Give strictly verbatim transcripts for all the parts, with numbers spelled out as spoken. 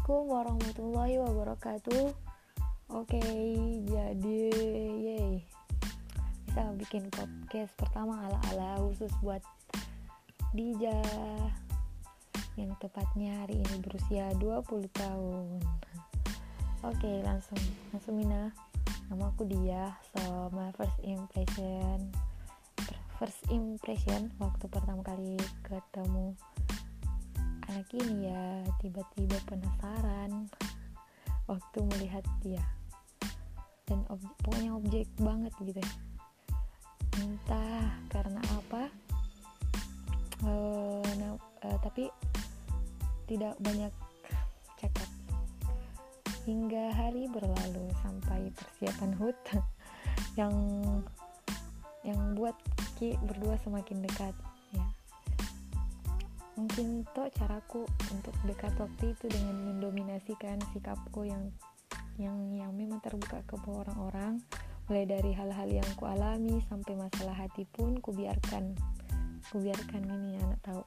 Assalamualaikum warahmatullahi wabarakatuh. Oke, jadi yay bisa bikin podcast pertama ala-ala khusus buat Dija yang tepatnya hari ini berusia dua puluh tahun. Oke, langsung langsung Mina. Nama aku Dia. So my first impression first impression waktu pertama kali ketemu anak ini ya, tiba-tiba penasaran waktu melihat dia, dan ob- pokoknya objek banget gitu, entah karena apa, uh, nah, uh, tapi tidak banyak cakap hingga hari berlalu sampai persiapan H U T yang yang buat Ki berdua semakin dekat. Mungkin toh caraku untuk dekat waktu itu dengan mendominasikan sikapku yang yang yang memang terbuka ke orang-orang, mulai dari hal-hal yang ku alami sampai masalah hati pun ku biarkan ku biarkan ini anak tahu.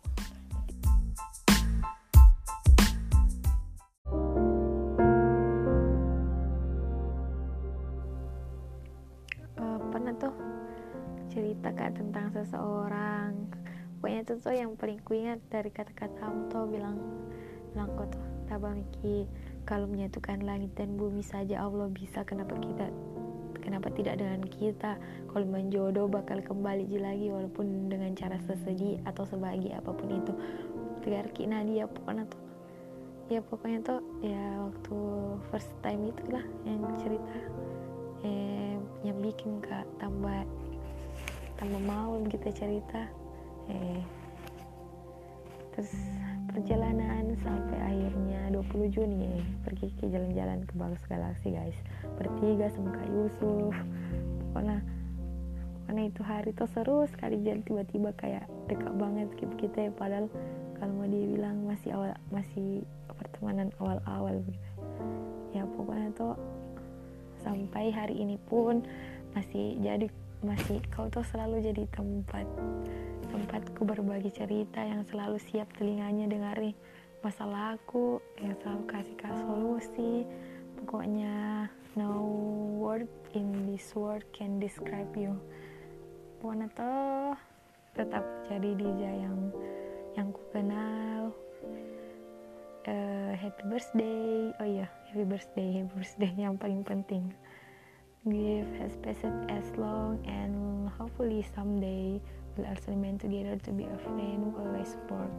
Uh, pernah tuh cerita kak tentang seseorang. Pokoknya itu tuh yang paling kuingat dari kata-kata Amto bilang bilang kok tuh tabah miki kalau menyatukan langit dan bumi saja Allah bisa, kenapa kita kenapa tidak dengan kita? Kalau menjodoh bakal kembali lagi walaupun dengan cara sesedih atau sebahagia apapun itu. Tegar Ki Nadia pokoknya tuh ya pokoknya tuh ya waktu first time itu lah yang cerita eh yang bikin kak tambah tambah mau kita cerita. Eh, terus perjalanan sampai akhirnya dua puluh Juni ya, pergi ke jalan-jalan ke Bagus Galaksi guys, bertiga sama Kak Yusuf. Pokoknya pokoknya itu hari tuh seru sekali, dan tiba-tiba kayak dekat banget gitu kita ya, padahal kalau mau dibilang masih awal masih pertemanan awal-awal gitu. Ya pokoknya tuh sampai hari ini pun masih jadi masih kau tuh selalu jadi tempat tempatku berbagi cerita, yang selalu siap telinganya dengarin masalahku, yang selalu kasih kak solusi. Pokoknya no word in this world can describe you. Pokoknya tuh tetap jadi Dija yang yang ku kenal. Uh, happy birthday, oh iya happy birthday, happy birthday yang paling penting. Give has passed as long, and hopefully someday we'll also remain together to be a friend who always support.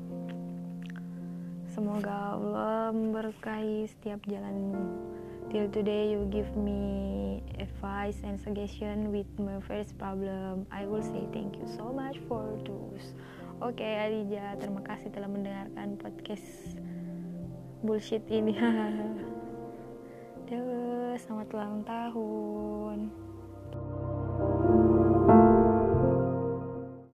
Semoga Allah memberkahi setiap jalanmu. Till today you give me advice and suggestion with my first problem. I will say thank you so much for those. Oke okay, Adija, terima kasih telah mendengarkan podcast bullshit ini. Duh, selamat ulang tahun.